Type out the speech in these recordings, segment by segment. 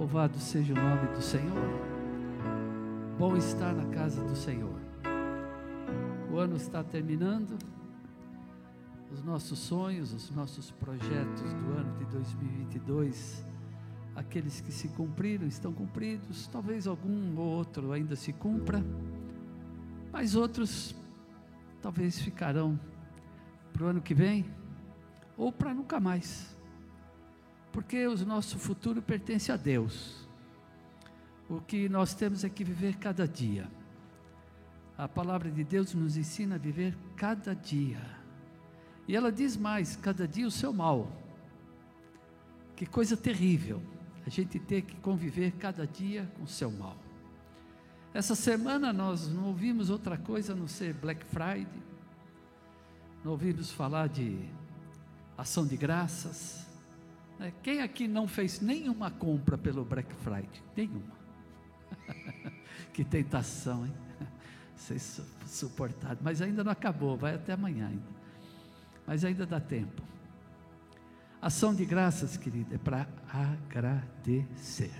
Louvado seja o nome do Senhor. Bom estar na casa do Senhor. O ano está terminando. Os nossos sonhos, os nossos projetos do ano de 2022, aqueles que se cumpriram, estão cumpridos. Talvez algum ou outro ainda se cumpra, mas outros talvez ficarão para o ano que vem, ou para nunca mais. Porque o nosso futuro pertence a Deus. O que nós temos é que viver cada dia. A palavra de Deus nos ensina a viver cada dia. E ela diz mais: cada dia o seu mal. Que coisa terrível, a gente ter que conviver cada dia com o seu mal. Essa semana nós não ouvimos outra coisa a não ser Black Friday. Não ouvimos falar de ação de graças. Quem aqui não fez nenhuma compra pelo Black Friday? Nenhuma. Que tentação, hein? Vocês suportaram, mas ainda não acabou, vai até amanhã ainda. Mas ainda dá tempo. Ação de graças, querida, é para agradecer.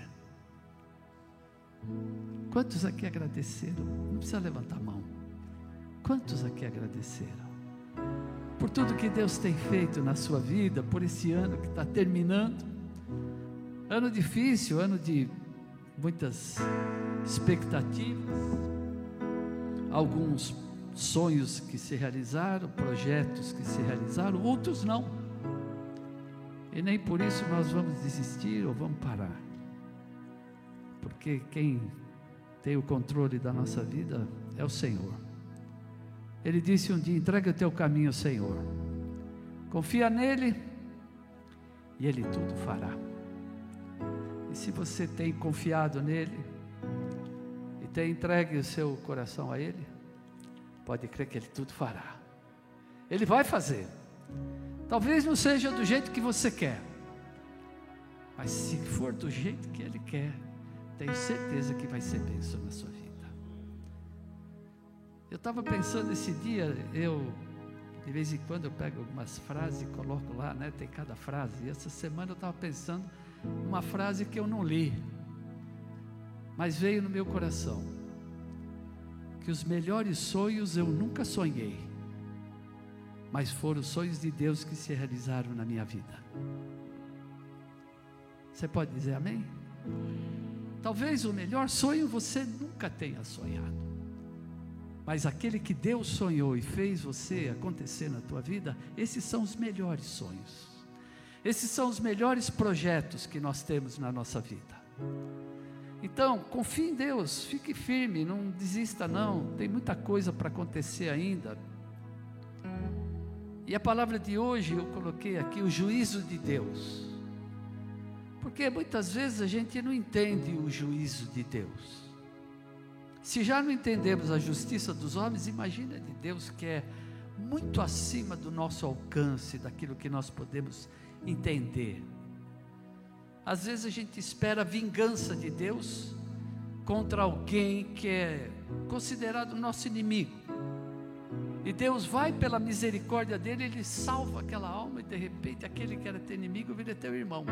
Quantos aqui agradeceram? Não precisa levantar a mão. Quantos aqui agradeceram? Por tudo que Deus tem feito na sua vida, por esse ano que está terminando. Ano difícil, ano de muitas expectativas. Alguns sonhos que se realizaram, projetos que se realizaram, outros não. E nem por isso nós vamos desistir ou vamos parar. Porque quem tem o controle da nossa vida é o Senhor. Ele disse um dia: entrega o teu caminho ao Senhor, confia nele e Ele tudo fará. E se você tem confiado nele e tem entregue o seu coração a Ele, pode crer que Ele tudo fará. Ele vai fazer. Talvez não seja do jeito que você quer, mas se for do jeito que Ele quer, tenho certeza que vai ser bênção na sua vida. Eu estava pensando esse dia, de vez em quando eu pego algumas frases e coloco lá, né? Tem cada frase. E essa semana eu estava pensando uma frase que eu não li, mas veio no meu coração: que os melhores sonhos eu nunca sonhei, mas foram os sonhos de Deus que se realizaram na minha vida. Você pode dizer amém? Talvez o melhor sonho você nunca tenha sonhado, mas aquele que Deus sonhou e fez você acontecer na tua vida, esses são os melhores sonhos. Esses são os melhores projetos que nós temos na nossa vida. Então, confie em Deus, fique firme, não desista não, tem muita coisa para acontecer ainda. E a palavra de hoje eu coloquei aqui: o juízo de Deus. Porque muitas vezes a gente não entende o juízo de Deus. Se já não entendemos a justiça dos homens, imagina de Deus, que é muito acima do nosso alcance, daquilo que nós podemos entender. Às vezes a gente espera a vingança de Deus contra alguém que é considerado nosso inimigo. E Deus vai, pela misericórdia dele, Ele salva aquela alma, e de repente aquele que era teu inimigo vira teu irmão.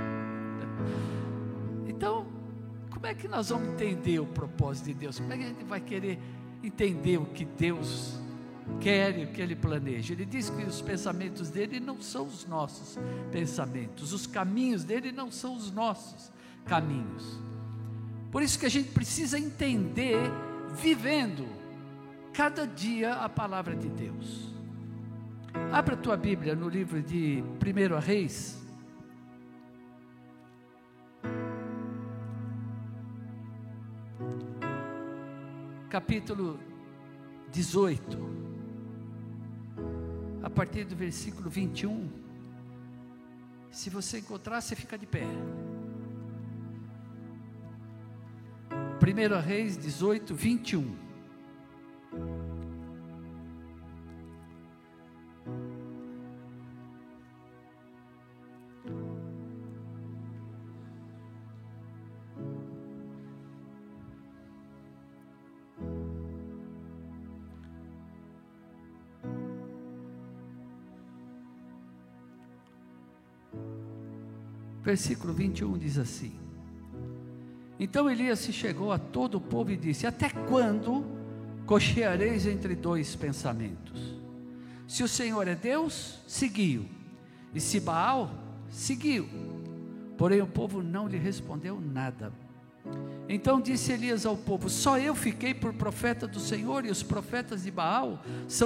Então, como é que nós vamos entender o propósito de Deus? Como é que a gente vai querer entender o que Deus quer e o que Ele planeja? Ele diz que os pensamentos dele não são os nossos pensamentos, os caminhos dele não são os nossos caminhos. Por isso que a gente precisa entender, vivendo cada dia a palavra de Deus. Abra a tua Bíblia no livro de 1 Reis, capítulo 18, a partir do versículo 21. Se você encontrar, você fica de pé. 1 Reis 18, 21. Versículo 21 diz assim: Então Elias se chegou a todo o povo e disse: até quando cocheareis entre dois pensamentos? Se o Senhor é Deus, seguiu, e se Baal, seguiu. Porém o povo não lhe respondeu nada. Então disse Elias ao povo: só eu fiquei por profeta do Senhor, e os profetas de Baal são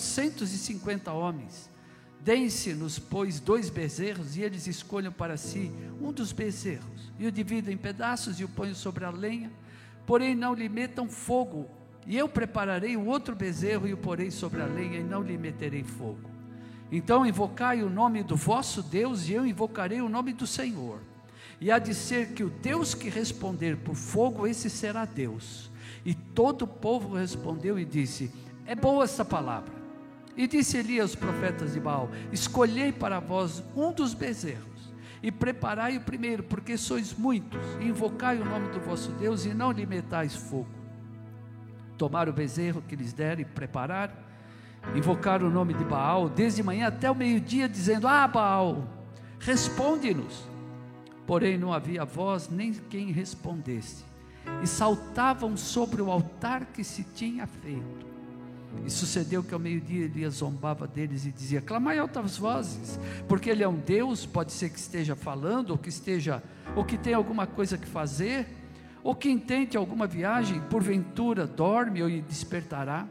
450 homens. Deem-se-nos, pois, 2 bezerros, e eles escolham para si um dos bezerros, e o dividam em pedaços, e o ponham sobre a lenha, porém não lhe metam fogo, e eu prepararei o outro bezerro, e o porei sobre a lenha, e não lhe meterei fogo. Então invocai o nome do vosso Deus, e eu invocarei o nome do Senhor. E há de ser que o Deus que responder por fogo, esse será Deus. E todo o povo respondeu e disse: é boa essa palavra. E disse Elias aos profetas de Baal: escolhei para vós um dos bezerros, e preparai o primeiro, porque sois muitos, e invocai o nome do vosso Deus, e não lhe metais fogo. Tomaram o bezerro que lhes deram e prepararam, invocaram o nome de Baal, desde manhã até o meio-dia, dizendo: Baal, responde-nos. Porém não havia voz, nem quem respondesse, e saltavam sobre o altar que se tinha feito. E sucedeu que ao meio-dia Elias zombava deles e dizia: clamai altas vozes, porque ele é um Deus, pode ser que esteja falando, ou que tenha alguma coisa que fazer, ou que intente alguma viagem, porventura dorme ou lhe despertará.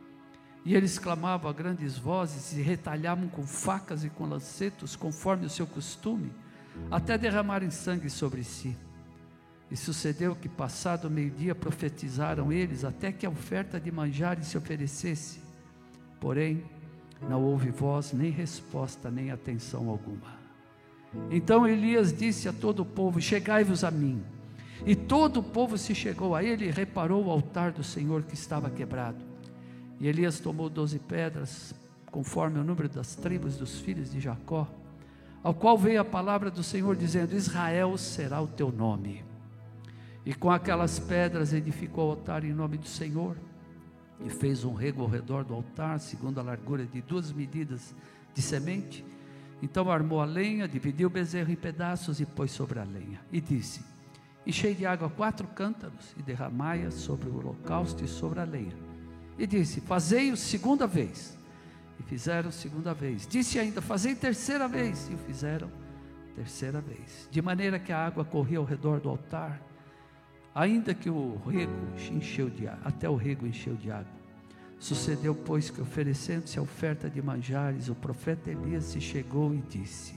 E eles clamavam a grandes vozes, e retalhavam com facas e com lancetos, conforme o seu costume, até derramarem sangue sobre si. E sucedeu que, passado o meio-dia, profetizaram eles, até que a oferta de manjares se oferecesse. Porém, não houve voz, nem resposta, nem atenção alguma. Então Elias disse a todo o povo: chegai-vos a mim. E todo o povo se chegou a ele, e reparou o altar do Senhor que estava quebrado. E Elias tomou 12 pedras, conforme o número das tribos dos filhos de Jacó, ao qual veio a palavra do Senhor, dizendo: Israel será o teu nome. E com aquelas pedras edificou o altar em nome do Senhor, e fez um rego ao redor do altar, segundo a largura de 2 medidas de semente. Então armou a lenha, dividiu o bezerro em pedaços e pôs sobre a lenha, e disse: enchei de água 4 cântaros, e derramai-a sobre o holocausto e sobre a lenha. E disse: fazei-o segunda vez. E fizeram segunda vez. Disse ainda: fazei terceira vez. E o fizeram terceira vez. De maneira que a água corria ao redor do altar, ainda que o rego encheu de água, até o rego encheu de água. Sucedeu, pois, que oferecendo-se a oferta de manjares, o profeta Elias se chegou e disse: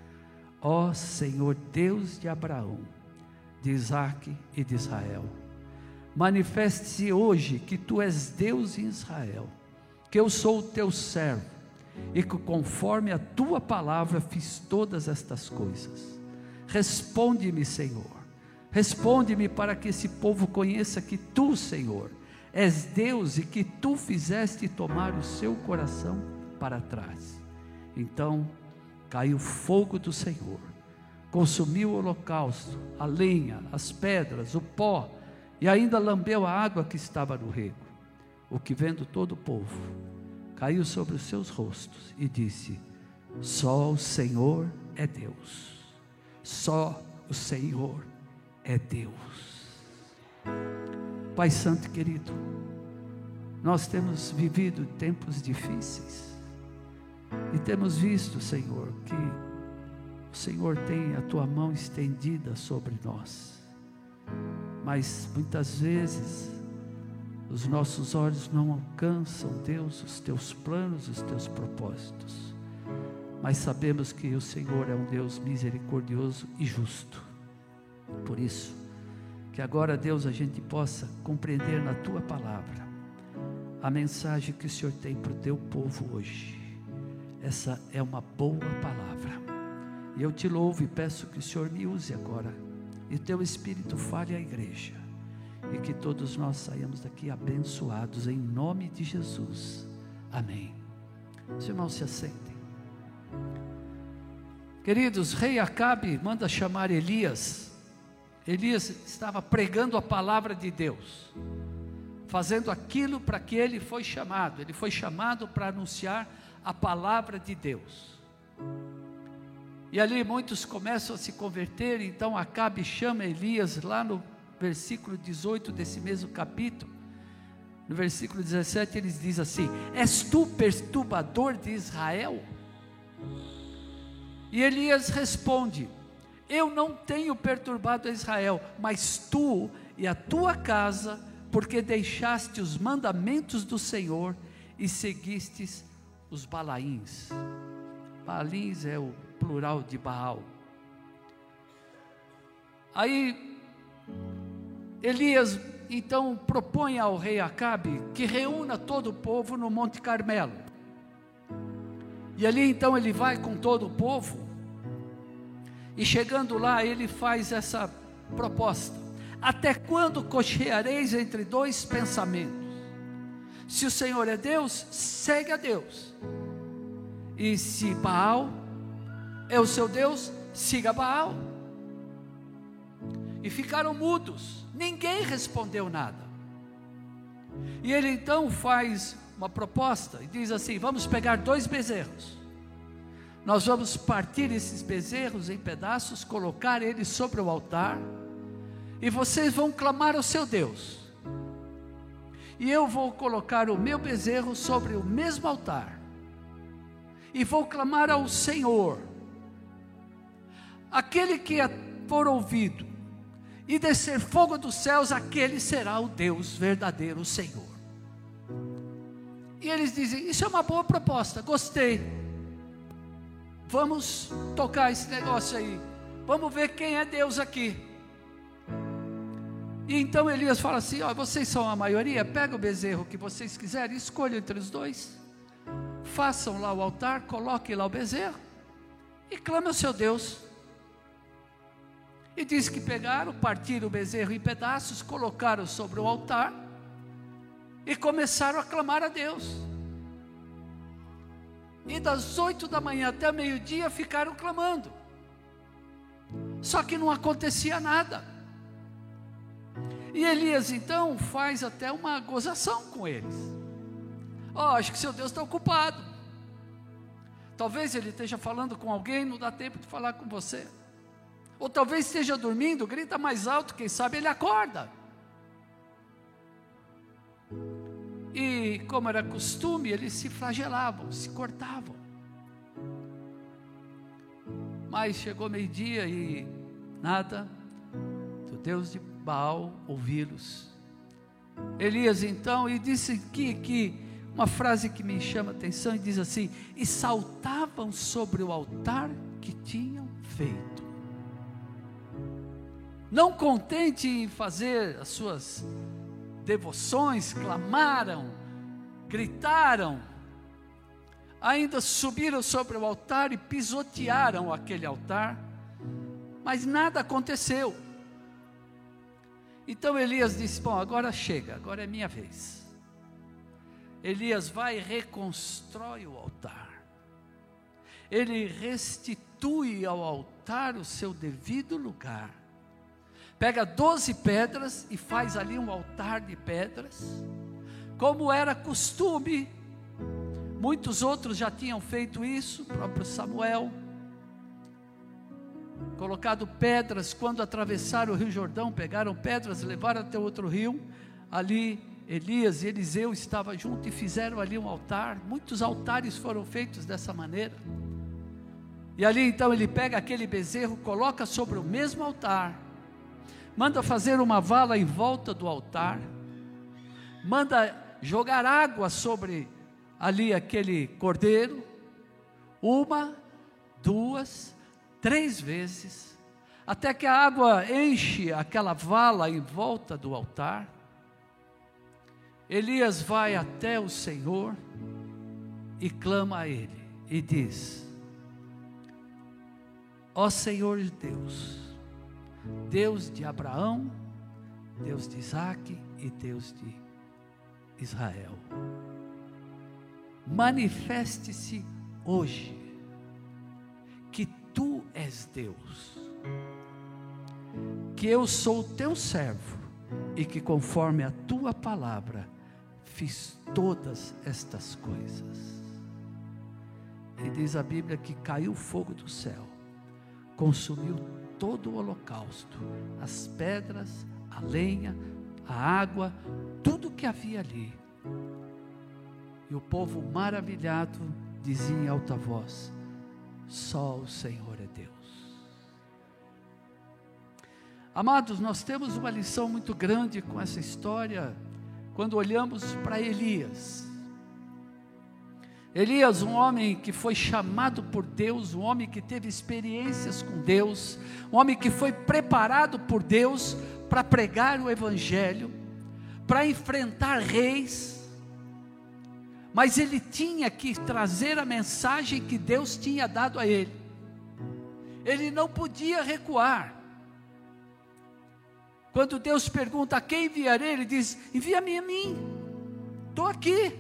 ó Senhor Deus de Abraão, de Isaque e de Israel, manifeste-se hoje que tu és Deus em Israel, que eu sou o teu servo, e que conforme a tua palavra fiz todas estas coisas. Responde-me, Senhor, responde-me, para que esse povo conheça que tu, Senhor, és Deus, e que tu fizeste tomar o seu coração para trás. Então caiu fogo do Senhor, consumiu o holocausto, a lenha, as pedras, o pó, e ainda lambeu a água que estava no rego. O que, vendo todo o povo, caiu sobre os seus rostos e disse: só o Senhor é Deus, só o Senhor é Deus. Pai Santo e querido, nós temos vivido tempos difíceis, e temos visto, Senhor, que o Senhor tem a tua mão estendida sobre nós, mas muitas vezes os nossos olhos não alcançam, Deus, os teus planos, os teus propósitos, mas sabemos que o Senhor é um Deus misericordioso e justo. Por isso, que agora, Deus, a gente possa compreender na tua palavra a mensagem que o Senhor tem para o teu povo hoje. Essa é uma boa palavra, e eu te louvo e peço que o Senhor me use agora, e o teu Espírito fale à igreja, e que todos nós saiamos daqui abençoados em nome de Jesus, amém. Os irmãos se assentem. Queridos, rei Acabe manda chamar Elias. Elias estava pregando a palavra de Deus, fazendo aquilo para que ele foi chamado para anunciar a palavra de Deus. E ali muitos começam a se converter. Então Acabe chama Elias lá no versículo 18 desse mesmo capítulo, no versículo 17, eles dizem assim: és tu perturbador de Israel? E Elias responde: eu não tenho perturbado a Israel, mas tu e a tua casa, porque deixaste os mandamentos do Senhor e seguistes os Balaíns. Balaíns é o plural de Baal. Aí Elias então propõe ao rei Acabe que reúna todo o povo no Monte Carmelo. E ali então ele vai com todo o povo, e chegando lá ele faz essa proposta: até quando cocheareis entre dois pensamentos? Se o Senhor é Deus, segue a Deus, e se Baal é o seu Deus, siga Baal. E ficaram mudos, ninguém respondeu nada. E ele então faz uma proposta e diz assim: vamos pegar 2 bezerros, nós vamos partir esses bezerros em pedaços, colocar eles sobre o altar, e vocês vão clamar ao seu Deus, e eu vou colocar o meu bezerro sobre o mesmo altar, e vou clamar ao Senhor. Aquele que for ouvido e descer fogo dos céus, aquele será o Deus verdadeiro, o Senhor. E eles dizem: isso é uma boa proposta, gostei, vamos tocar esse negócio aí, vamos ver quem é Deus aqui. E então Elias fala assim: ó, vocês são a maioria, pega o bezerro que vocês quiserem, escolham entre os dois, façam lá o altar, coloquem lá o bezerro e clame ao seu Deus. E diz que pegaram, partiram o bezerro em pedaços, colocaram sobre o altar e começaram a clamar a Deus. E das 8 da manhã até meio-dia ficaram clamando, só que não acontecia nada. E Elias então faz até uma gozação com eles: ó, acho que seu Deus está ocupado, talvez ele esteja falando com alguém, não dá tempo de falar com você. Ou talvez esteja dormindo, grita mais alto, quem sabe ele acorda. E como era costume, eles se flagelavam, se cortavam. Mas chegou meio-dia e nada do Deus de Baal ouvi-los. Elias então, e disse que uma frase que me chama a atenção, e diz assim: e saltavam sobre o altar que tinham feito. Não contente em fazer as suas devoções, clamaram, gritaram, ainda subiram sobre o altar e pisotearam aquele altar, mas nada aconteceu. Então Elias disse: bom, agora chega, agora é minha vez. Elias vai e reconstrói o altar, ele restitui ao altar o seu devido lugar, pega 12 pedras e faz ali um altar de pedras, como era costume. Muitos outros já tinham feito isso, o próprio Samuel, colocado pedras, quando atravessaram o rio Jordão, pegaram pedras, levaram até outro rio, ali Elias e Eliseu estavam juntos e fizeram ali um altar. Muitos altares foram feitos dessa maneira. E ali então ele pega aquele bezerro, coloca sobre o mesmo altar, manda fazer uma vala em volta do altar, manda jogar água sobre ali aquele cordeiro, 1, 2, 3 vezes, até que a água enche aquela vala em volta do altar. Elias vai até o Senhor e clama a Ele, e diz: ó Senhor Deus, Deus de Abraão, Deus de Isaque e Deus de Israel, manifeste-se hoje, que Tu és Deus, que eu sou Teu servo, e que conforme a Tua palavra, fiz todas estas coisas. E diz a Bíblia que caiu fogo do céu, consumiu todo o holocausto, as pedras, a a lenha, a água, tudo que havia ali. E o povo maravilhado dizia em alta voz: só o Senhor é Deus. Amados, nós temos uma lição muito grande com essa história, quando olhamos para Elias. Elias, um homem que foi chamado por Deus, um homem que teve experiências com Deus, um homem que foi preparado por Deus para pregar o Evangelho, para enfrentar reis, mas ele tinha que trazer a mensagem que Deus tinha dado a ele. Ele não podia recuar. Quando Deus pergunta: a quem enviarei? Ele diz: envia-me a mim, estou aqui.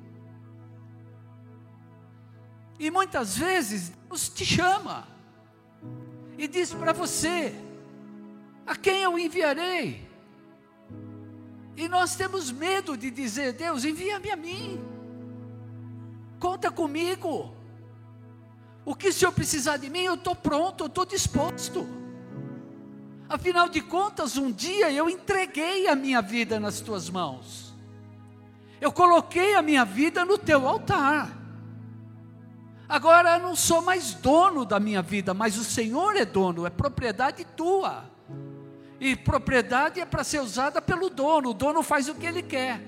E muitas vezes Deus te chama e diz para você: a quem eu enviarei? E nós temos medo de dizer: Deus, envia-me a mim, conta comigo, o que o Senhor precisar de mim, eu estou pronto, eu estou disposto. Afinal de contas, um dia eu entreguei a minha vida nas tuas mãos, eu coloquei a minha vida no teu altar. Agora eu não sou mais dono da minha vida, mas o Senhor é dono, é propriedade tua. E propriedade é para ser usada pelo dono, o dono faz o que ele quer.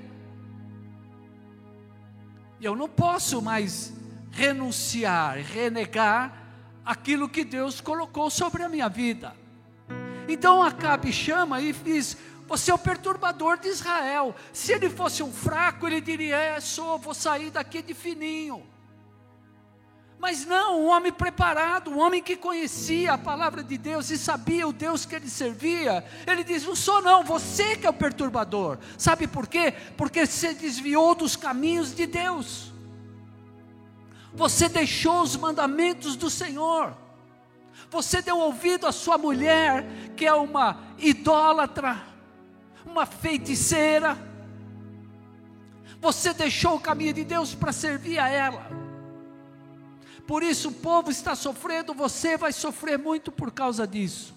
E eu não posso mais renunciar, renegar aquilo que Deus colocou sobre a minha vida. Então Acabe chama e diz: você é o perturbador de Israel. Se ele fosse um fraco, ele diria: vou sair daqui de fininho. Mas não, um homem preparado, um homem que conhecia a palavra de Deus e sabia o Deus que ele servia, ele diz: não sou não, você que é o perturbador. Sabe por quê? Porque você desviou dos caminhos de Deus, você deixou os mandamentos do Senhor, você deu ouvido à sua mulher, que é uma idólatra, uma feiticeira, você deixou o caminho de Deus para servir a ela. Por isso o povo está sofrendo, você vai sofrer muito por causa disso.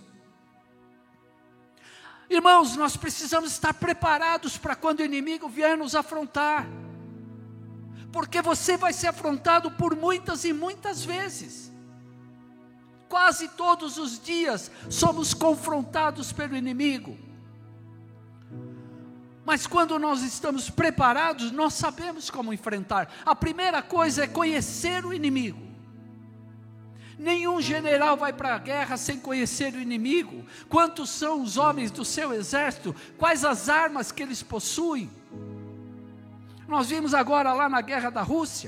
Irmãos, nós precisamos estar preparados para quando o inimigo vier nos afrontar, porque você vai ser afrontado por muitas e muitas vezes. Quase todos os dias somos confrontados pelo inimigo. Mas quando nós estamos preparados, nós sabemos como enfrentar. A primeira coisa é conhecer o inimigo. Nenhum general vai para a guerra sem conhecer o inimigo. Quantos são os homens do seu exército? Quais as armas que eles possuem? Nós vimos agora lá na guerra da Rússia,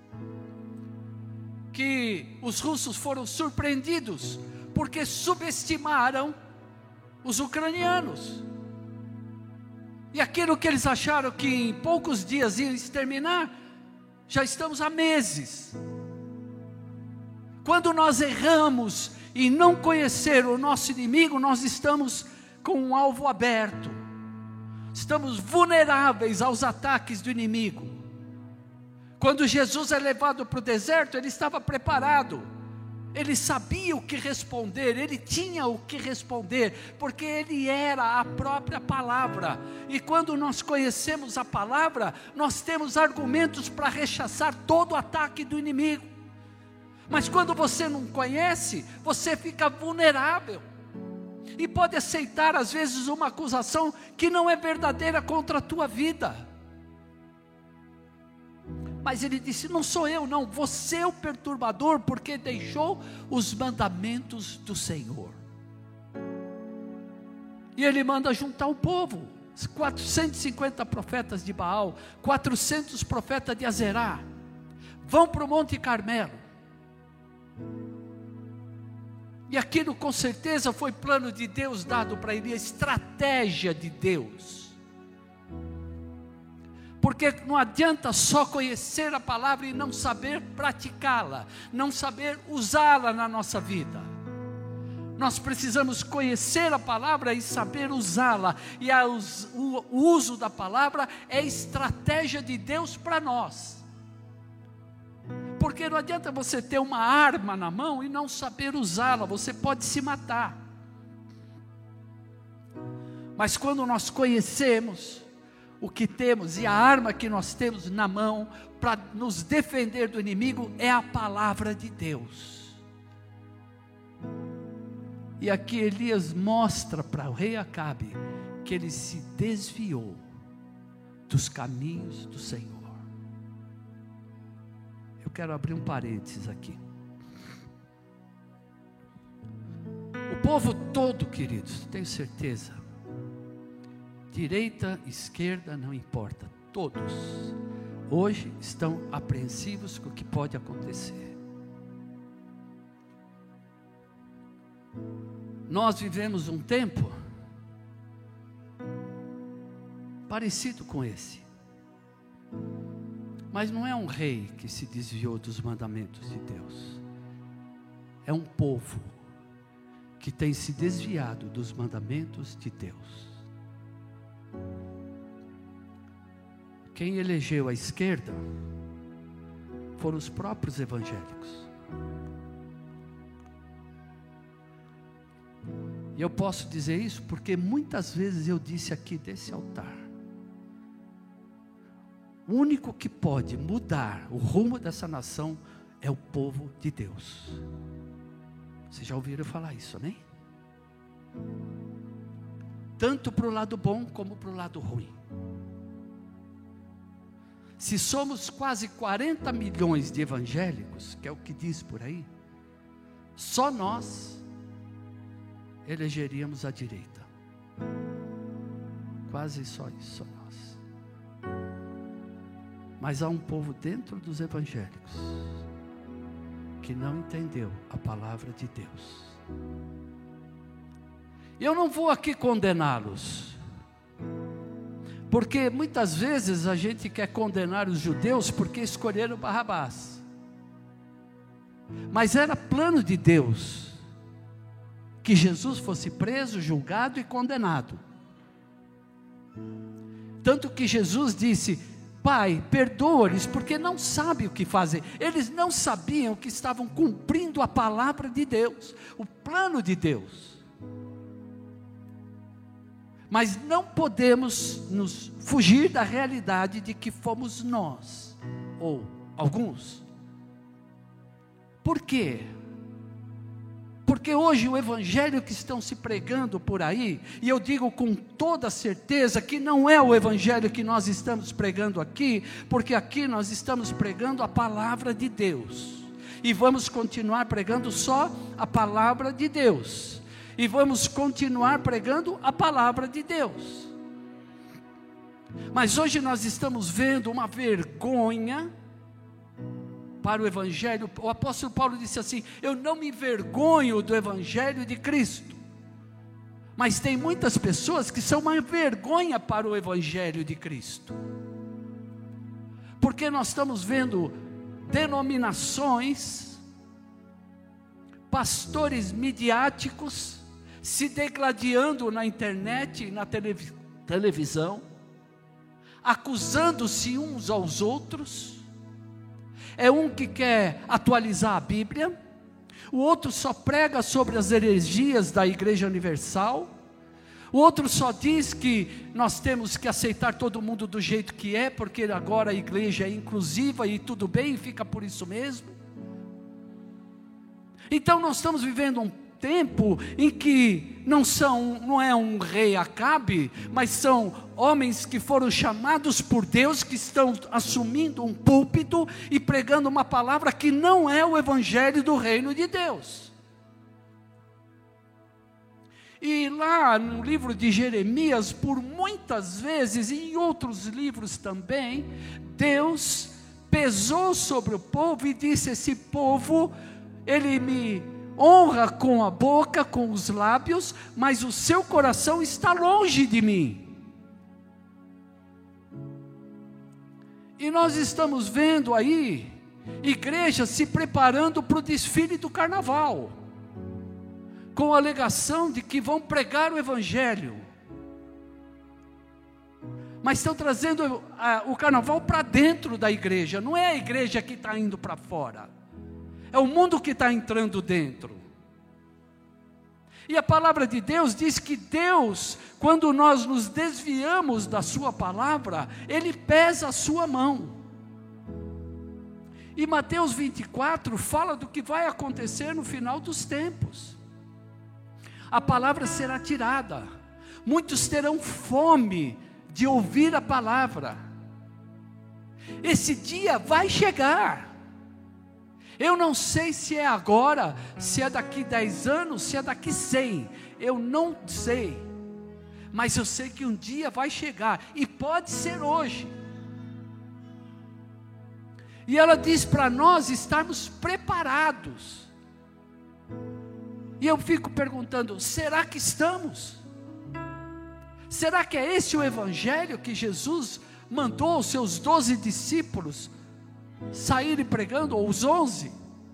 que os russos foram surpreendidos, porque subestimaram os ucranianos. E aquilo que eles acharam que em poucos dias iam exterminar, já estamos há meses. Quando nós erramos e não conhecer o nosso inimigo, nós estamos com um alvo aberto, estamos vulneráveis aos ataques do inimigo. Quando Jesus é levado para o deserto, ele estava preparado, ele sabia o que responder, ele tinha o que responder, porque ele era a própria palavra. E quando nós conhecemos a palavra, nós temos argumentos para rechaçar todo o ataque do inimigo. Mas quando você não conhece, você fica vulnerável, e pode aceitar às vezes uma acusação que não é verdadeira contra a tua vida. Mas ele disse: não sou eu não, você é o perturbador, porque deixou os mandamentos do Senhor. E ele manda juntar o povo, 450 profetas de Baal, 400 profetas de Azerá, vão para o Monte Carmelo. E aquilo com certeza foi plano de Deus dado para ele, a estratégia de Deus. Porque não adianta só conhecer a palavra e não saber praticá-la, não saber usá-la na nossa vida. Nós precisamos conhecer a palavra e saber usá-la. E o uso da palavra é estratégia de Deus para nós. Porque não adianta você ter uma arma na mão e não saber usá-la, você pode se matar. Mas quando nós conhecemos o que temos e a arma que nós temos na mão para nos defender do inimigo é a palavra de Deus. E aqui Elias mostra para o rei Acabe que ele se desviou dos caminhos do Senhor. Eu quero abrir um parênteses aqui. O povo todo, queridos, tenho certeza, direita, esquerda, não importa, todos, hoje estão apreensivos com o que pode acontecer. Nós vivemos um tempo parecido com esse, mas não é um rei que se desviou dos mandamentos de Deus, é um povo que tem se desviado dos mandamentos de Deus. Quem elegeu a esquerda foram os próprios evangélicos. E eu posso dizer isso porque muitas vezes eu disse aqui desse altar: o único que pode mudar o rumo dessa nação é o povo de Deus. Vocês já ouviram falar isso, né? Tanto para o lado bom como para o lado ruim. Se somos quase 40 milhões de evangélicos, que é o que diz por aí, só nós elegeríamos a direita. Quase só isso, só nós. Mas há um povo dentro dos evangélicos que não entendeu a palavra de Deus. Eu não vou aqui condená-los, porque muitas vezes a gente quer condenar os judeus porque escolheram Barrabás. Mas era plano de Deus que Jesus fosse preso, julgado e condenado. Tanto que Jesus disse: Pai, perdoa-lhes, porque não sabem o que fazem. Eles não sabiam que estavam cumprindo a palavra de Deus, o plano de Deus. Mas não podemos nos fugir da realidade de que fomos nós, ou alguns. Por quê? Porque hoje o evangelho que estão se pregando por aí, e eu digo com toda certeza que não é o evangelho que nós estamos pregando aqui, porque aqui nós estamos pregando a palavra de Deus, e vamos continuar pregando só a palavra de Deus, e vamos continuar pregando a palavra de Deus. Mas hoje nós estamos vendo uma vergonha para o evangelho. O apóstolo Paulo disse assim: eu não me envergonho do evangelho de Cristo. Mas tem muitas pessoas que são uma vergonha para o evangelho de Cristo, porque nós estamos vendo denominações, pastores midiáticos se degladiando na internet e na televisão, acusando-se uns aos outros. É um que quer atualizar a Bíblia, o outro só prega sobre as heresias da Igreja Universal, o outro só diz que nós temos que aceitar todo mundo do jeito que é, porque agora a igreja é inclusiva e tudo bem, fica por isso mesmo. Então nós estamos vivendo um tempo em que não é um rei Acabe, mas são homens que foram chamados por Deus, que estão assumindo um púlpito e pregando uma palavra que não é o evangelho do reino de Deus. E lá no livro de Jeremias, por muitas vezes, e em outros livros também, Deus pesou sobre o povo e disse: esse povo, ele me honra com a boca, com os lábios, mas o seu coração está longe de mim. E nós estamos vendo aí igrejas se preparando para o desfile do carnaval, com a alegação de que vão pregar o evangelho, mas estão trazendo o carnaval para dentro da igreja. Não é a igreja que está indo para fora, é o mundo que está entrando dentro. E a palavra de Deus diz que Deus, quando nós nos desviamos da sua palavra, Ele pesa a sua mão. E Mateus 24 fala do que vai acontecer no final dos tempos. A palavra será tirada, muitos terão fome de ouvir a palavra. Esse dia vai chegar. Eu não sei se é agora, se é daqui 10 anos, se é daqui 100, eu não sei, mas eu sei que um dia vai chegar, e pode ser hoje, e ela diz para nós estarmos preparados, e eu fico perguntando, será que estamos? Será que é esse o evangelho que Jesus mandou os seus 12 discípulos saírem pregando, ou os 11,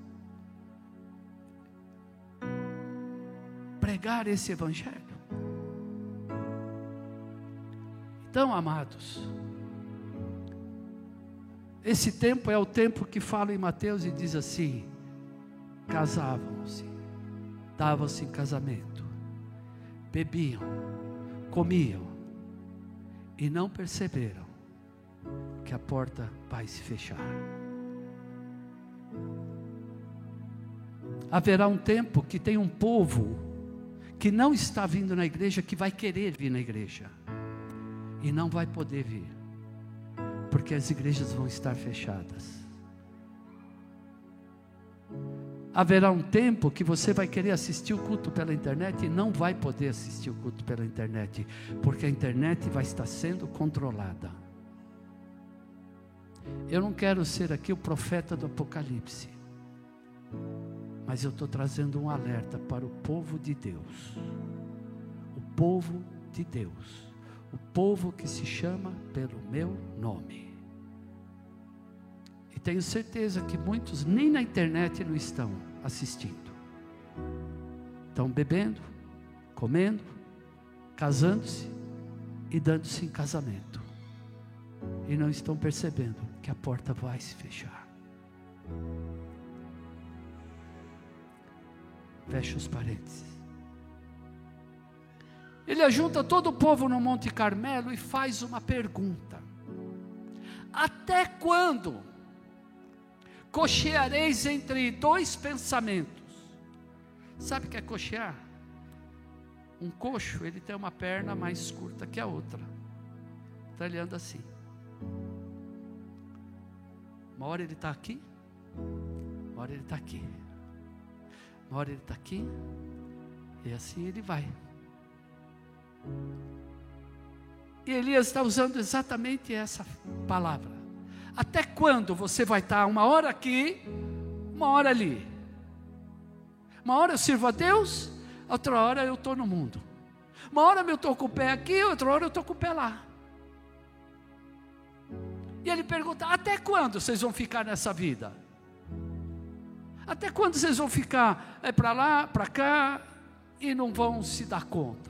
pregar esse evangelho? Então, amados, esse tempo é o tempo que fala em Mateus e diz assim: casavam-se, davam-se em casamento, bebiam, comiam, e não perceberam que a porta vai se fechar. Haverá um tempo que tem um povo que não está vindo na igreja, que vai querer vir na igreja, e não vai poder vir, porque as igrejas vão estar fechadas. Haverá um tempo que você vai querer assistir o culto pela internet, e não vai poder assistir o culto pela internet, porque a internet vai estar sendo controlada. Eu não quero ser aqui o profeta do Apocalipse, mas eu estou trazendo um alerta para o povo de Deus, o povo de Deus, o povo que se chama pelo meu nome. E tenho certeza que muitos nem na internet não estão assistindo, estão bebendo, comendo, casando-se e dando-se em casamento, e não estão percebendo que a porta vai se fechar. Fecha os parênteses. Ele ajunta todo o povo no Monte Carmelo e faz uma pergunta: até quando cocheareis entre dois pensamentos? Sabe o que é cochear? Um coxo, ele tem uma perna mais curta que a outra, então ele anda assim. Uma hora ele está aqui, uma hora ele está aqui, uma hora ele está aqui, e assim ele vai. E Elias está usando exatamente essa palavra. Até quando você vai estar uma hora aqui, uma hora ali? Uma hora eu sirvo a Deus, outra hora eu estou no mundo. Uma hora eu estou com o pé aqui, outra hora eu estou com o pé lá. E ele pergunta: até quando vocês vão ficar nessa vida? Até quando vocês vão ficar para lá, para cá, e não vão se dar conta?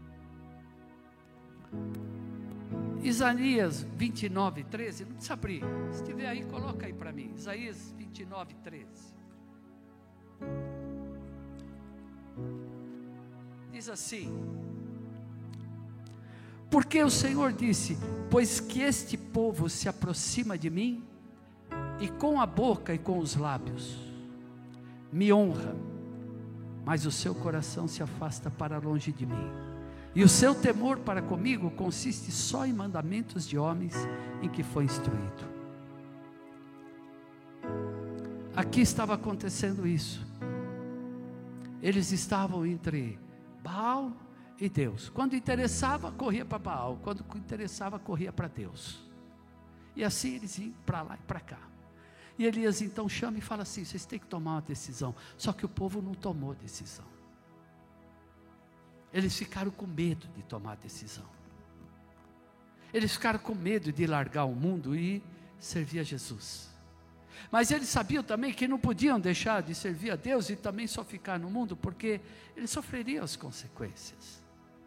Isaías 29, 13, não precisa abrir, se estiver aí, coloca aí para mim, Isaías 29, 13, diz assim: porque o Senhor disse, pois que este povo se aproxima de mim, e com a boca e com os lábios me honra, mas o seu coração se afasta para longe de mim, e o seu temor para comigo consiste só em mandamentos de homens em que foi instruído. Aqui estava acontecendo isso. Eles estavam entre Baal e Deus. Quando interessava, corria para Baal. Quando interessava, corria para Deus. E assim eles iam para lá e para cá. E Elias então chama e fala assim: vocês têm que tomar uma decisão. Só que o povo não tomou decisão. Eles ficaram com medo de tomar decisão. Eles ficaram com medo de largar o mundo e servir a Jesus. Mas eles sabiam também que não podiam deixar de servir a Deus e também só ficar no mundo, porque eles sofreriam as consequências.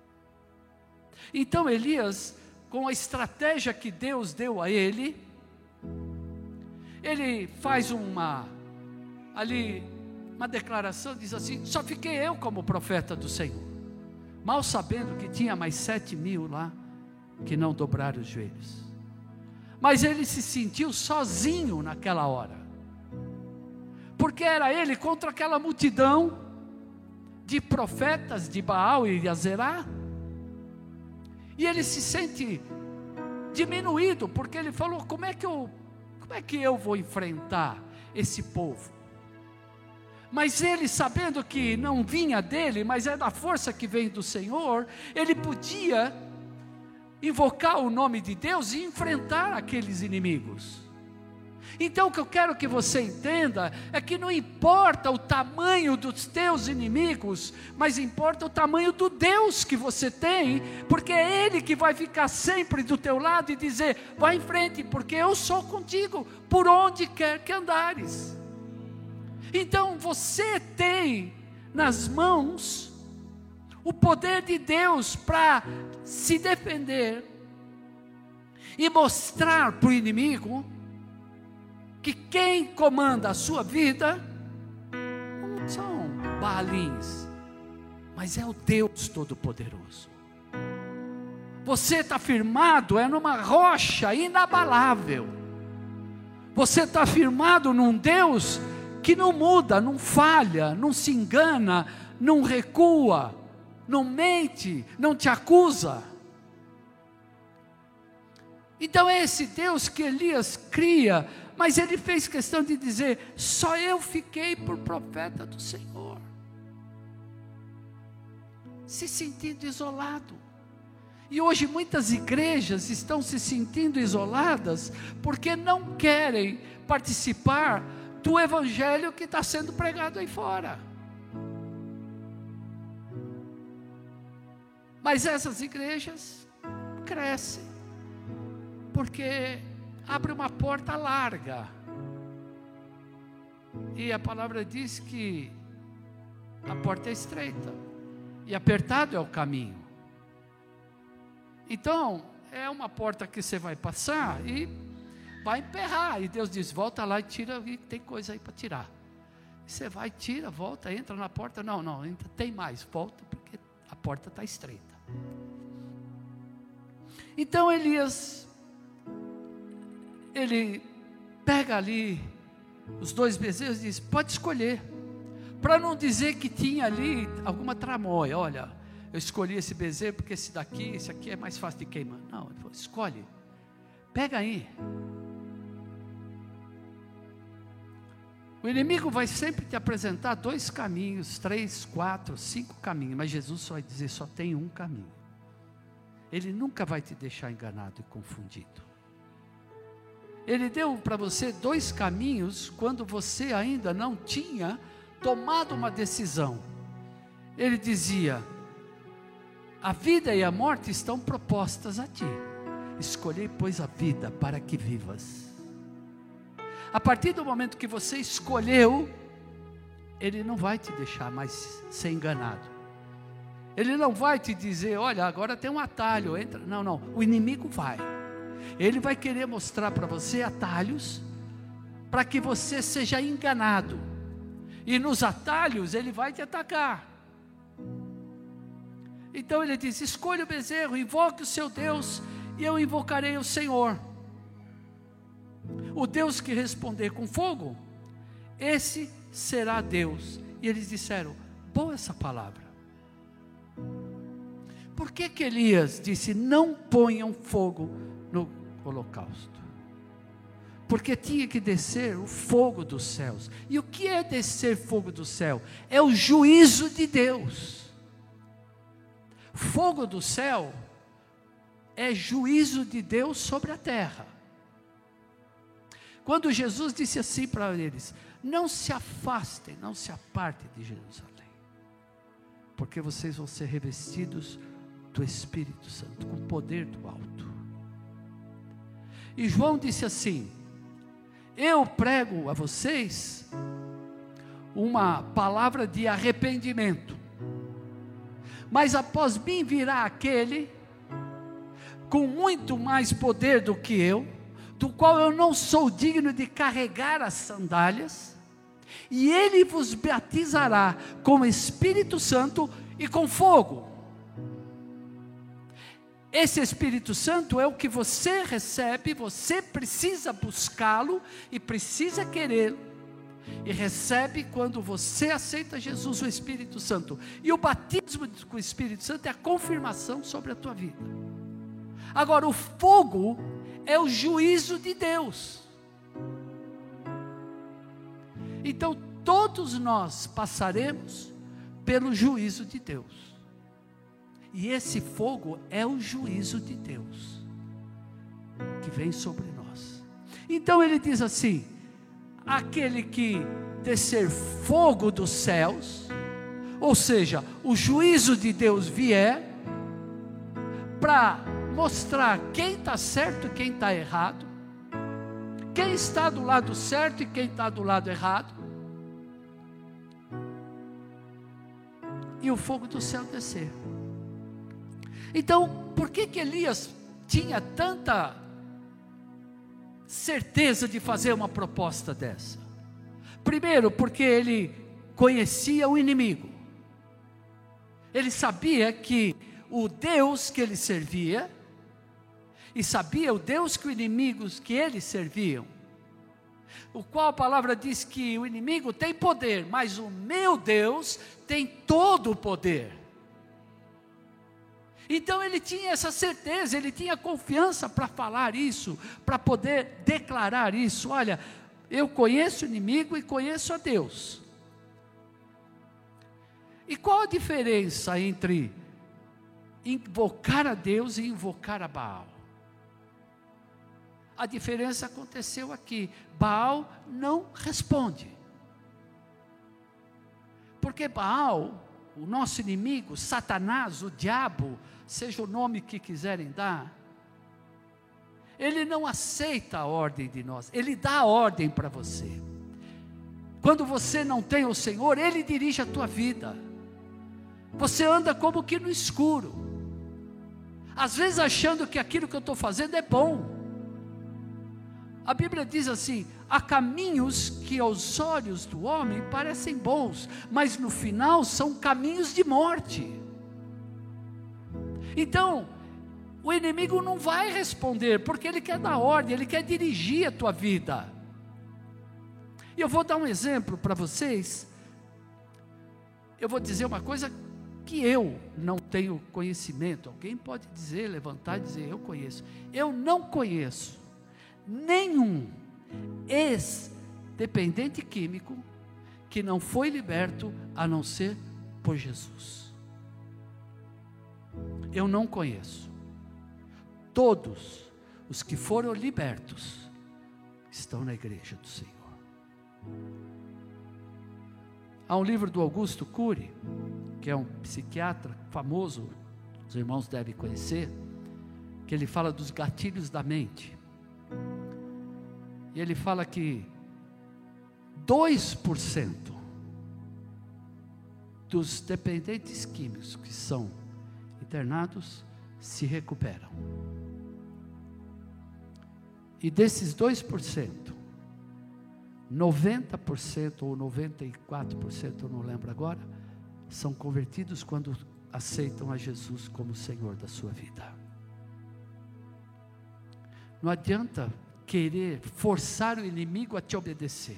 Então Elias, com a estratégia que Deus deu a ele faz uma declaração, diz assim: só fiquei eu como profeta do Senhor, mal sabendo que tinha mais 7.000 lá, que não dobraram os joelhos. Mas ele se sentiu sozinho naquela hora, porque era ele contra aquela multidão de profetas de Baal e de Azerá, e ele se sente diminuído, porque ele falou: como é que eu vou enfrentar esse povo? Mas ele, sabendo que não vinha dele, mas é da força que vem do Senhor, ele podia invocar o nome de Deus e enfrentar aqueles inimigos. Então o que eu quero que você entenda é que não importa o tamanho dos teus inimigos, mas importa o tamanho do Deus que você tem, porque é Ele que vai ficar sempre do teu lado e dizer: vai em frente, porque eu sou contigo, por onde quer que andares. Então você tem nas mãos o poder de Deus para se defender e mostrar para o inimigo que quem comanda a sua vida não são Baalins, mas é o Deus Todo-Poderoso. Você está firmado numa rocha inabalável. Você está firmado num Deus que não muda, não falha, não se engana, não recua, não mente, não te acusa. Então é esse Deus que Elias cria, mas ele fez questão de dizer: só eu fiquei por profeta do Senhor, se sentindo isolado. E hoje muitas igrejas estão se sentindo isoladas, porque não querem participar do evangelho que está sendo pregado aí fora. Mas essas igrejas crescem, porque abre uma porta larga, e a palavra diz que a porta é estreita, e apertado é o caminho. Então, é uma porta que você vai passar, e vai emperrar, e Deus diz: volta lá e tira, e tem coisa aí para tirar. E você vai, tira, volta, entra na porta, não, ainda tem mais, volta, porque a porta está estreita. Então Elias, ele pega ali os 2 bezerros e diz: pode escolher, para não dizer que tinha ali alguma tramóia. Olha, eu escolhi esse bezerro porque esse aqui é mais fácil de queimar. Não, ele falou: escolhe, pega aí. O inimigo vai sempre te apresentar 2 caminhos, 3, 4, 5 caminhos, mas Jesus só vai dizer: só tem um caminho. Ele nunca vai te deixar enganado e confundido. Ele deu para você 2 caminhos quando você ainda não tinha tomado uma decisão. Ele dizia: a vida e a morte estão propostas a ti, escolhei pois a vida para que vivas. A partir do momento que você escolheu, Ele não vai te deixar mais ser enganado. Ele não vai te dizer: olha, agora tem um atalho, entra. Não, o inimigo vai. Ele vai querer mostrar para você atalhos, para que você seja enganado. E nos atalhos ele vai te atacar. Então ele diz: escolha o bezerro, invoque o seu Deus, e eu invocarei o Senhor. O Deus que responder com fogo, esse será Deus. E eles disseram: boa essa palavra. Por que Elias disse: não ponham fogo no holocausto? Porque tinha que descer o fogo dos céus. E o que é descer fogo do céu? É o juízo de Deus. Fogo do céu é juízo de Deus sobre a terra. Quando Jesus disse assim para eles: não se afastem, não se apartem de Jerusalém, porque vocês vão ser revestidos do Espírito Santo, com o poder do alto. E João disse assim: eu prego a vocês uma palavra de arrependimento, mas após mim virá aquele com muito mais poder do que eu, do qual eu não sou digno de carregar as sandálias. e ele vos batizará com o Espírito Santo e com fogo. Esse Espírito Santo é o que você recebe, você precisa buscá-lo e precisa querê-lo, e recebe quando você aceita Jesus, o Espírito Santo. E o batismo com o Espírito Santo é a confirmação sobre a tua vida. Agora, o fogo é o juízo de Deus. Então, todos nós passaremos pelo juízo de Deus. E esse fogo é o juízo de Deus que vem sobre nós. Então ele diz assim: aquele que descer fogo dos céus, ou seja, o juízo de Deus vier, para mostrar quem está certo e quem está errado, quem está do lado certo e quem está do lado errado, e o fogo do céu descer. Então, por que Elias tinha tanta certeza de fazer uma proposta dessa? Primeiro, porque ele conhecia o inimigo. Ele sabia que o Deus que ele servia, e sabia o Deus que os inimigos que eles serviam, o qual a palavra diz que o inimigo tem poder, mas o meu Deus tem todo o poder. Então ele tinha essa certeza, ele tinha confiança para falar isso, para poder declarar isso. Olha, eu conheço o inimigo e conheço a Deus. E qual a diferença entre invocar a Deus e invocar a Baal? A diferença aconteceu aqui. Baal não responde. Porque Baal, o nosso inimigo, Satanás, o diabo, seja o nome que quiserem dar, ele não aceita a ordem de nós, ele dá a ordem para você. Quando você não tem o Senhor, ele dirige a tua vida. Você anda como que no escuro, às vezes achando que aquilo que eu estou fazendo é bom. A Bíblia diz assim: há caminhos que aos olhos do homem parecem bons, mas no final são caminhos de morte. Então, o inimigo não vai responder, porque ele quer dar ordem, ele quer dirigir a tua vida. E eu vou dar um exemplo para vocês. Eu vou dizer uma coisa que eu não tenho conhecimento. Alguém pode dizer, levantar e dizer: eu conheço. Eu não conheço nenhum ex-dependente químico que não foi liberto a não ser por Jesus. Eu não conheço. Todos os que foram libertos estão na igreja do Senhor. Há um livro do Augusto Cury, que é um psiquiatra famoso, os irmãos devem conhecer, que ele fala dos gatilhos da mente. E ele fala que 2% dos dependentes químicos que são internados se recuperam. E desses 2%, 90% ou 94%, eu não lembro agora, são convertidos quando aceitam a Jesus como Senhor da sua vida. Não adianta querer forçar o inimigo a te obedecer.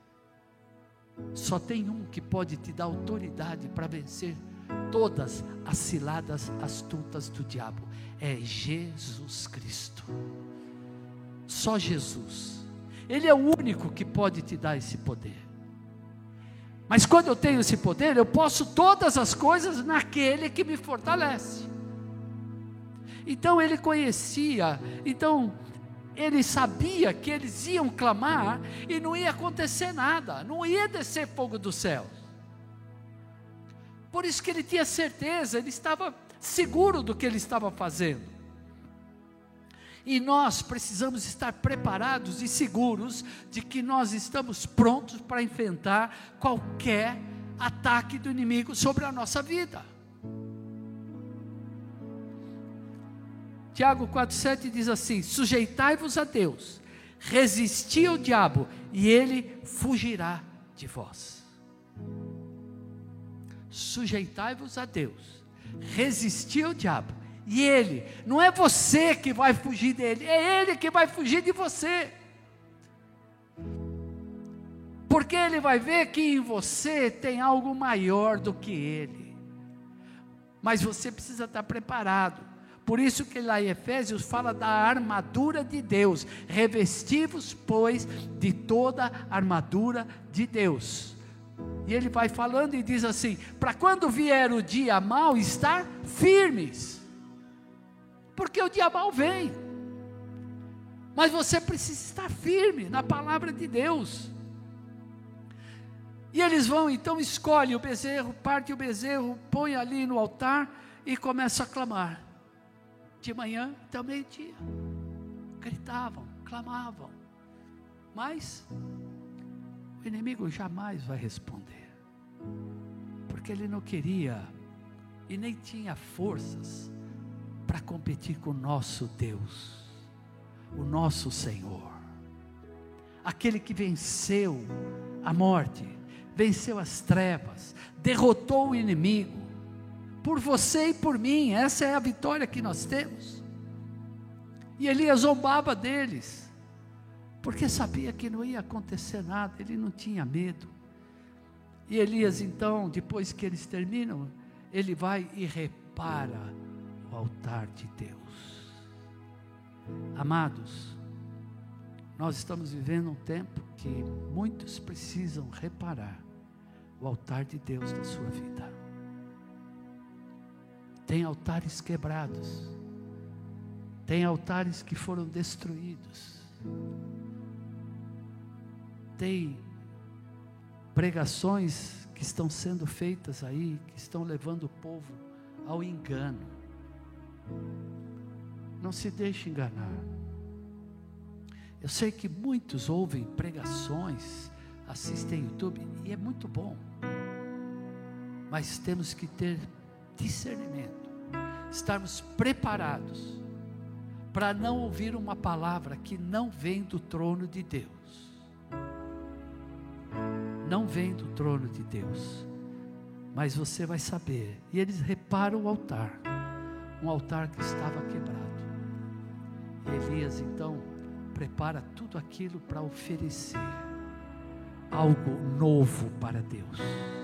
Só tem um que pode te dar autoridade para vencer todas as ciladas astutas do diabo: é Jesus Cristo. Só Jesus. Ele é o único que pode te dar esse poder. Mas quando eu tenho esse poder, eu posso todas as coisas naquele que me fortalece. Então ele conhecia, ele sabia que eles iam clamar e não ia acontecer nada, não ia descer fogo do céu. Por isso que ele tinha certeza, ele estava seguro do que ele estava fazendo. E nós precisamos estar preparados e seguros de que nós estamos prontos para enfrentar qualquer ataque do inimigo sobre a nossa vida. Tiago 4,7 diz assim: sujeitai-vos a Deus, resisti ao diabo, e ele fugirá de vós. Sujeitai-vos a Deus, resisti ao diabo, e ele, não é você que vai fugir dele, é ele que vai fugir de você, porque ele vai ver que em você tem algo maior do que ele, mas você precisa estar preparado. Por isso que lá em Efésios fala da armadura de Deus, revesti-vos, pois, de toda a armadura de Deus. E ele vai falando e diz assim, para quando vier o dia mau, estar firmes, porque o dia mau vem, mas você precisa estar firme na palavra de Deus. E eles vão então, escolhem o bezerro, parte o bezerro, põe ali no altar e começa a clamar, de manhã até o meio-dia, gritavam, clamavam, mas o inimigo jamais vai responder, porque ele não queria e nem tinha forças para competir com o nosso Deus, o nosso Senhor, aquele que venceu a morte, venceu as trevas, derrotou o inimigo, por você e por mim. Essa é a vitória que nós temos. E Elias zombava deles, porque sabia que não ia acontecer nada, ele não tinha medo. E Elias então, depois que eles terminam, ele vai e repara o altar de Deus. Amados, nós estamos vivendo um tempo que muitos precisam reparar o altar de Deus na sua vida. Tem altares quebrados, tem altares que foram destruídos, tem pregações que estão sendo feitas aí, que estão levando o povo ao engano. Não se deixe enganar. Eu sei que muitos ouvem pregações, assistem YouTube, e é muito bom, mas temos que ter discernimento, estarmos preparados para não ouvir uma palavra que não vem do trono de Deus. Não vem do trono de Deus, mas você vai saber. E eles reparam o altar, um altar que estava quebrado. E Elias então prepara tudo aquilo para oferecer algo novo para Deus,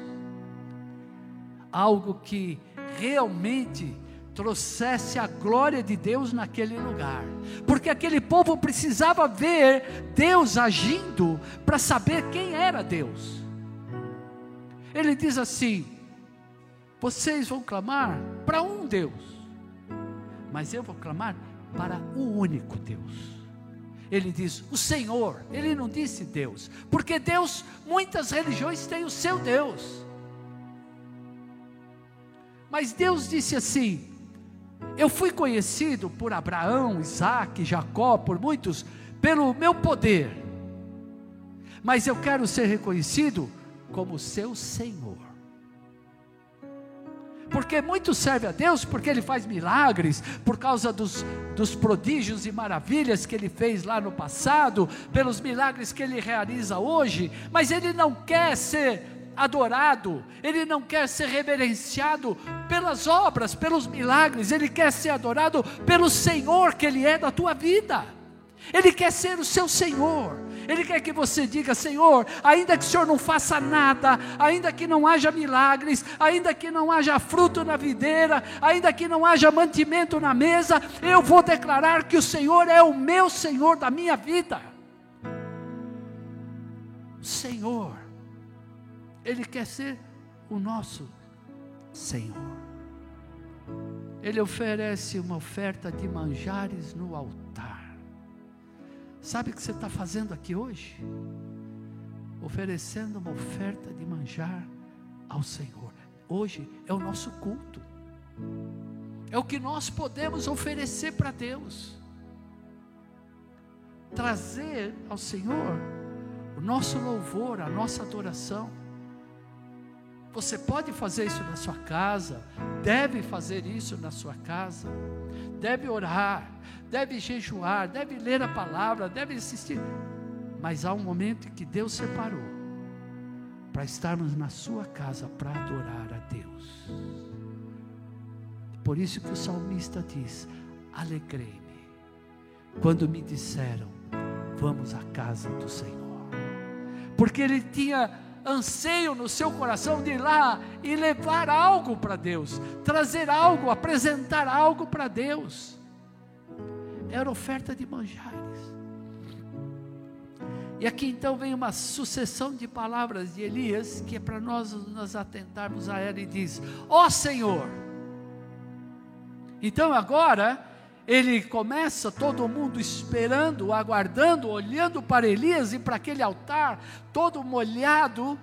algo que realmente trouxesse a glória de Deus naquele lugar, porque aquele povo precisava ver Deus agindo para saber quem era Deus. Ele diz assim: vocês vão clamar para um Deus, mas eu vou clamar para o único Deus. Ele diz o Senhor, ele não disse Deus, porque Deus, muitas religiões têm o seu Deus, mas Deus disse assim: eu fui conhecido por Abraão, Isaac, Jacó, por muitos, pelo meu poder, mas eu quero ser reconhecido como seu Senhor. Porque muitos servem a Deus porque Ele faz milagres, por causa dos prodígios e maravilhas que Ele fez lá no passado, pelos milagres que Ele realiza hoje, mas Ele não quer ser adorado, Ele não quer ser reverenciado pelas obras, pelos milagres, Ele quer ser adorado pelo Senhor que Ele é da tua vida. Ele quer ser o seu Senhor. Ele quer que você diga: Senhor, ainda que o Senhor não faça nada, ainda que não haja milagres, ainda que não haja fruto na videira, ainda que não haja mantimento na mesa, eu vou declarar que o Senhor é o meu Senhor da minha vida. O Senhor, Ele quer ser o nosso Senhor. Ele oferece uma oferta de manjares no altar. Sabe o que você está fazendo aqui hoje? Oferecendo uma oferta de manjar ao Senhor. Hoje é o nosso culto, é o que nós podemos oferecer para Deus, trazer ao Senhor o nosso louvor, a nossa adoração. Você pode fazer isso na sua casa, deve fazer isso na sua casa, deve orar, deve jejuar, deve ler a palavra, deve assistir, mas há um momento em que Deus separou para estarmos na sua casa para adorar a Deus. Por isso que o salmista diz: alegrei-me quando me disseram, vamos à casa do Senhor. Porque ele tinha anseio no seu coração de ir lá e levar algo para Deus, trazer algo, apresentar algo para Deus. Era oferta de manjares. E aqui então vem uma sucessão de palavras de Elias, que é para nós atentarmos a ela, e diz: ó Senhor. Então agora ele começa, todo mundo esperando, aguardando, olhando para Elias e para aquele altar, todo molhado,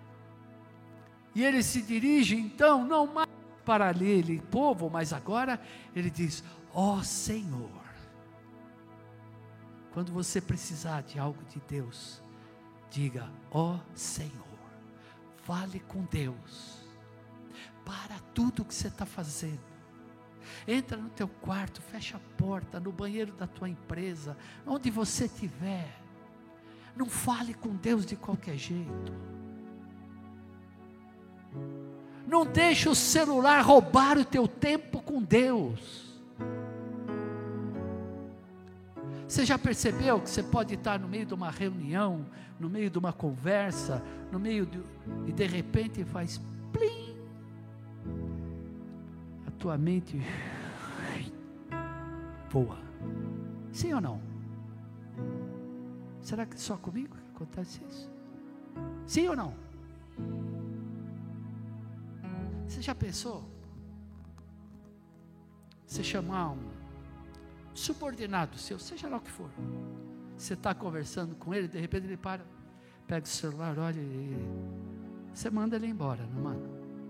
e ele se dirige então, não mais para aquele povo, mas agora ele diz: ó Senhor. Quando você precisar de algo de Deus, diga: ó Senhor. Fale com Deus. Para tudo que você está fazendo. Entra no teu quarto, fecha a porta, no banheiro da tua empresa, onde você estiver. Não fale com Deus de qualquer jeito. Não deixe o celular roubar o teu tempo com Deus. Você já percebeu que você pode estar no meio de uma reunião, no meio de uma conversa, e de repente faz plim, a tua mente voa. Sim ou não? Será que só comigo que acontece isso? Sim ou não? Você já pensou? Você chamar um subordinado seu, seja lá o que for, você está conversando com ele, de repente ele para, pega o celular, olha, e você manda ele embora, não manda?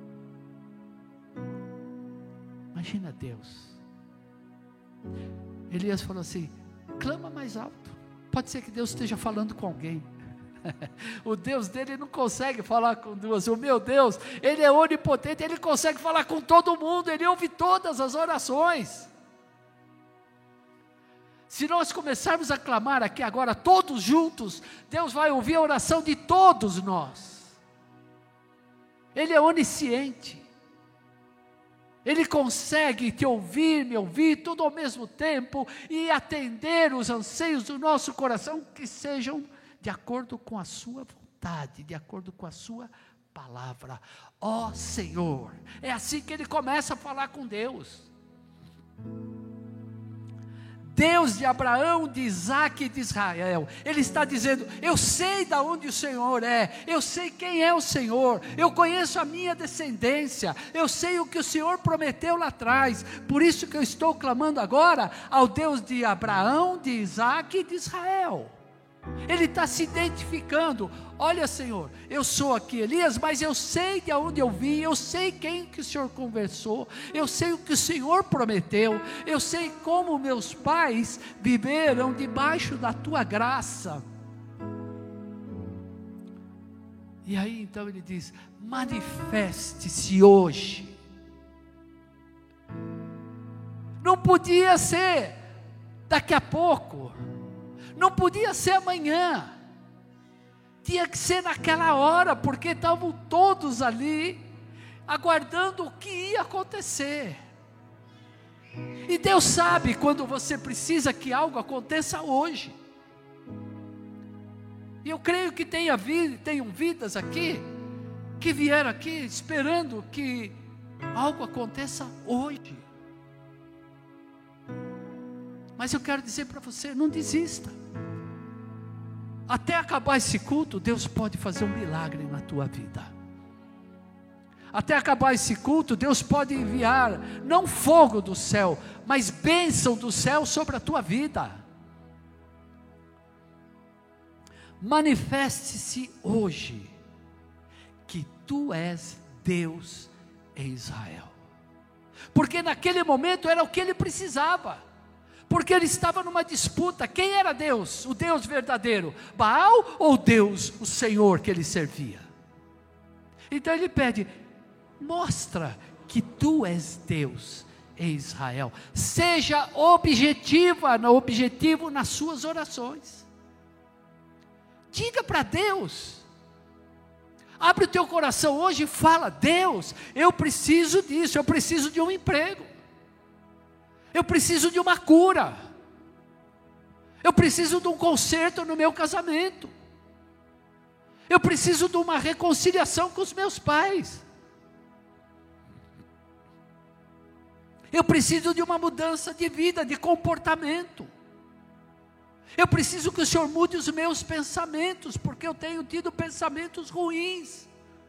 Imagina Deus. Elias falou assim: clama mais alto. Pode ser que Deus esteja falando com alguém. O Deus dele não consegue falar com duas. O meu Deus, ele é onipotente, ele consegue falar com todo mundo, ele ouve todas as orações. Se nós começarmos a clamar aqui agora, todos juntos, Deus vai ouvir a oração de todos nós. Ele é onisciente. Ele consegue te ouvir, me ouvir, tudo ao mesmo tempo, e atender os anseios do nosso coração, que sejam de acordo com a sua vontade, de acordo com a sua palavra. Ó Senhor, é assim que ele começa a falar com Deus. Deus de Abraão, de Isaac e de Israel. Ele está dizendo: eu sei de onde o Senhor é, eu sei quem é o Senhor, eu conheço a minha descendência, eu sei o que o Senhor prometeu lá atrás, por isso que eu estou clamando agora ao Deus de Abraão, de Isaac e de Israel. Ele está se identificando: olha Senhor, eu sou aqui Elias, mas eu sei de onde eu vim, eu sei quem que o Senhor conversou, eu sei o que o Senhor prometeu, eu sei como meus pais viveram debaixo da tua graça. E aí então ele diz: manifeste-se hoje. Não podia ser daqui a pouco, não podia ser amanhã, tinha que ser naquela hora, porque estavam todos ali, aguardando o que ia acontecer. E Deus sabe quando você precisa que algo aconteça hoje. E eu creio que tenham vidas aqui, que vieram aqui esperando que algo aconteça hoje. Mas eu quero dizer para você: não desista. Até acabar esse culto, Deus pode fazer um milagre na tua vida. Até acabar esse culto, Deus pode enviar, não fogo do céu, mas bênção do céu sobre a tua vida. Manifeste-se hoje, que tu és Deus em Israel. Porque naquele momento era o que ele precisava. Porque ele estava numa disputa: quem era Deus? O Deus verdadeiro, Baal ou Deus, o Senhor que ele servia? Então ele pede: mostra que tu és Deus em Israel. Seja objetivo nas suas orações. Diga para Deus Abre o teu coração hoje e fala: Deus, eu preciso disso, eu preciso de um emprego, eu preciso de uma cura, eu preciso de um conserto no meu casamento, eu preciso de uma reconciliação com os meus pais, eu preciso de uma mudança de vida, de comportamento. Eu preciso que o Senhor mude os meus pensamentos, porque eu tenho tido pensamentos ruins.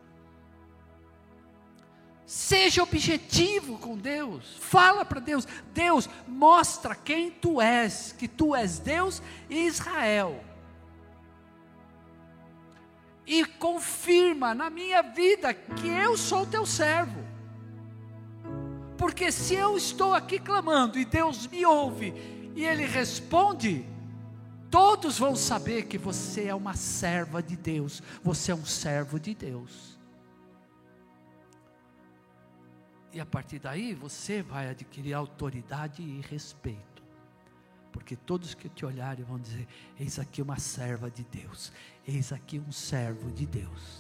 Seja objetivo com Deus, fala para Deus: Deus, mostra quem Tu és, que Tu és Deus e Israel. E confirma na minha vida que eu sou Teu servo. Porque se eu estou aqui clamando e Deus me ouve e Ele responde, todos vão saber que você é uma serva de Deus, você é um servo de Deus. E a partir daí você vai adquirir autoridade e respeito, porque todos que te olharem vão dizer: eis aqui uma serva de Deus, eis aqui um servo de Deus.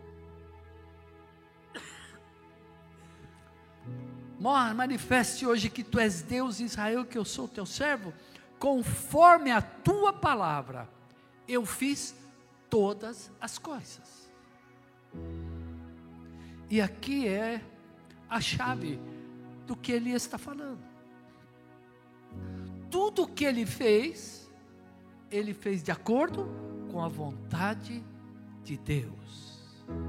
Manifeste hoje que Tu és Deus, Israel, que eu sou Teu servo. Conforme a Tua palavra, eu fiz todas as coisas. E aqui é a chave do que Elias está falando. Tudo o que ele fez de acordo com a vontade de Deus.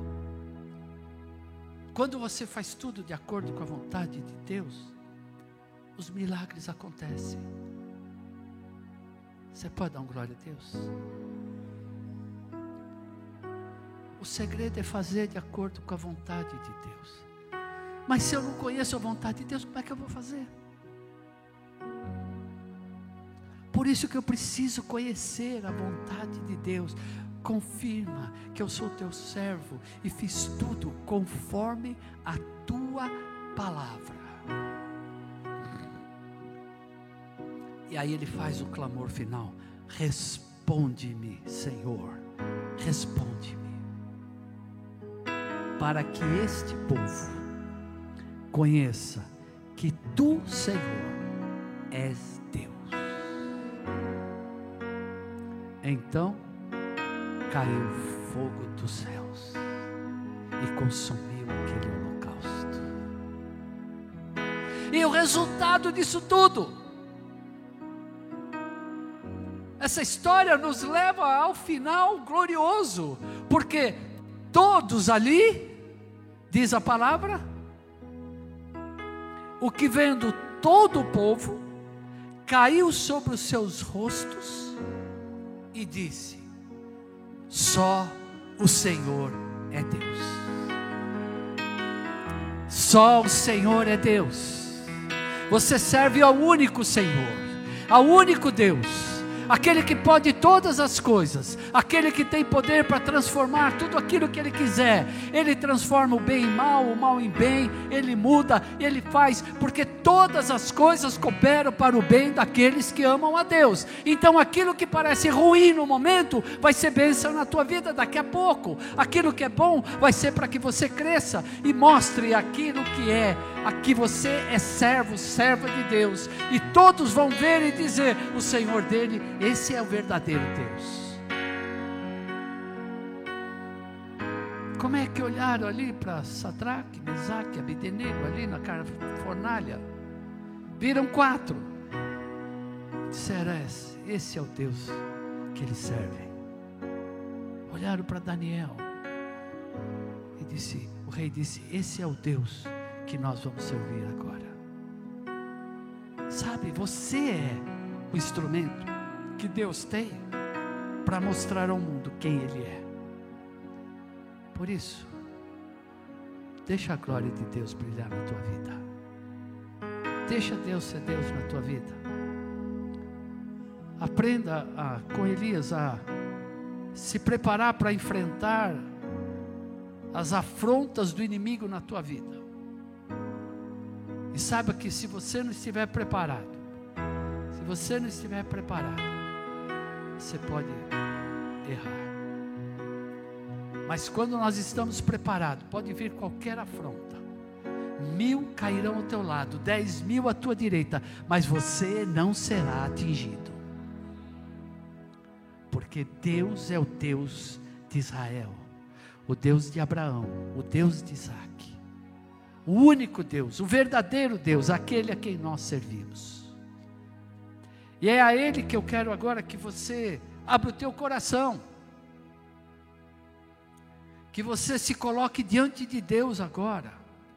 Quando você faz tudo de acordo com a vontade de Deus, os milagres acontecem. Você pode dar glória a Deus? O segredo é fazer de acordo com a vontade de Deus. Mas se eu não conheço a vontade de Deus, como é que eu vou fazer? Por isso que eu preciso conhecer a vontade de Deus. Confirma que eu sou Teu servo e fiz tudo conforme a Tua palavra. E aí ele faz o clamor final: responde-me, Senhor, responde-me, para que este povo conheça que Tu, Senhor, és Deus. Então caiu fogo dos céus e consumiu aquele holocausto. E o resultado disso tudo, essa história nos leva ao final glorioso, porque todos ali, diz a palavra, o que vendo todo o povo, caiu sobre os seus rostos e disse: só o Senhor é Deus. Só o Senhor é Deus. Você serve ao único Senhor, ao único Deus, aquele que pode todas as coisas, aquele que tem poder para transformar tudo aquilo que Ele quiser. Ele transforma o bem em mal, o mal em bem, Ele muda, Ele faz, porque todas as coisas cooperam para o bem daqueles que amam a Deus. Então aquilo que parece ruim no momento, vai ser bênção na tua vida daqui a pouco. Aquilo que é bom, vai ser para que você cresça e mostre aquilo que é. Aqui você é servo, serva de Deus, e todos vão ver e dizer: o Senhor dele, esse é o verdadeiro Deus. Como é que olharam ali para Sadraque, Mesaque, Abednego, ali na fornalha? Viram 4, disseram: esse é o Deus que eles servem. Olharam para Daniel e o rei disse: esse é o Deus que nós vamos servir agora. Sabe, você é o instrumento que Deus tem para mostrar ao mundo quem Ele é. Por isso, deixa a glória de Deus brilhar na tua vida. Deixa Deus ser Deus na tua vida. Aprenda com Elias a se preparar para enfrentar as afrontas do inimigo na tua vida. E saiba que se você não estiver preparado, você pode errar. Mas quando nós estamos preparados, pode vir qualquer afronta. 1000 cairão ao teu lado, 10.000 à tua direita, mas você não será atingido. Porque Deus é o Deus de Israel, o Deus de Abraão, o Deus de Isaac, o único Deus, o verdadeiro Deus, aquele a quem nós servimos. E é a Ele que eu quero agora que você abra o teu coração, que você se coloque diante de Deus agora,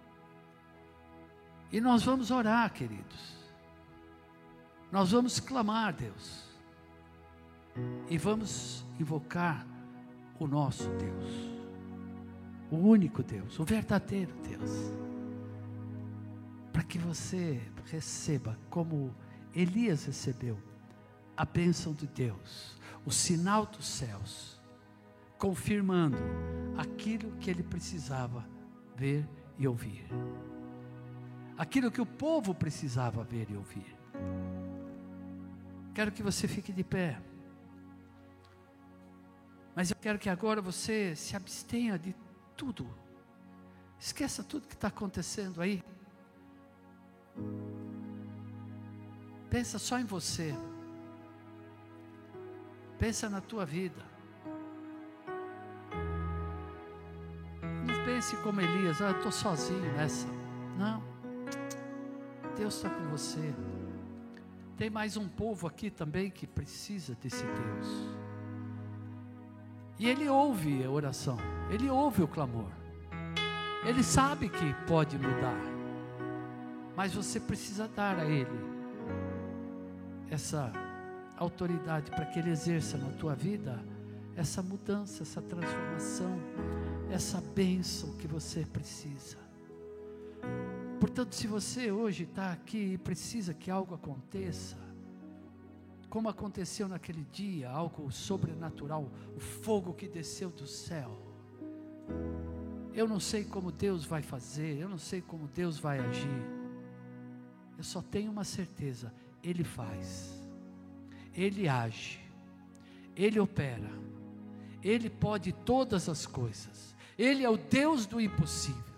e nós vamos orar, queridos, nós vamos clamar, Deus, e vamos invocar o nosso Deus, o único Deus, o verdadeiro Deus, para que você receba, como Elias recebeu, a bênção de Deus, o sinal dos céus, confirmando aquilo que ele precisava ver e ouvir, aquilo que o povo precisava ver e ouvir. Quero que você fique de pé, mas eu quero que agora você se abstenha de tudo, esqueça tudo que está acontecendo aí, pensa só em você, pensa na tua vida, não pense como Elias, eu estou sozinho nessa, não, Deus está com você, tem mais um povo aqui também que precisa desse Deus, e Ele ouve a oração, Ele ouve o clamor, Ele sabe que pode mudar, mas você precisa dar a Ele essa autoridade para que Ele exerça na tua vida essa mudança, essa transformação, essa bênção que você precisa. Portanto, se você hoje está aqui e precisa que algo aconteça, como aconteceu naquele dia, algo sobrenatural, o fogo que desceu do céu, eu não sei como Deus vai fazer, eu não sei como Deus vai agir, eu só tenho uma certeza, Ele faz, Ele age, Ele opera, Ele pode todas as coisas, Ele é o Deus do impossível.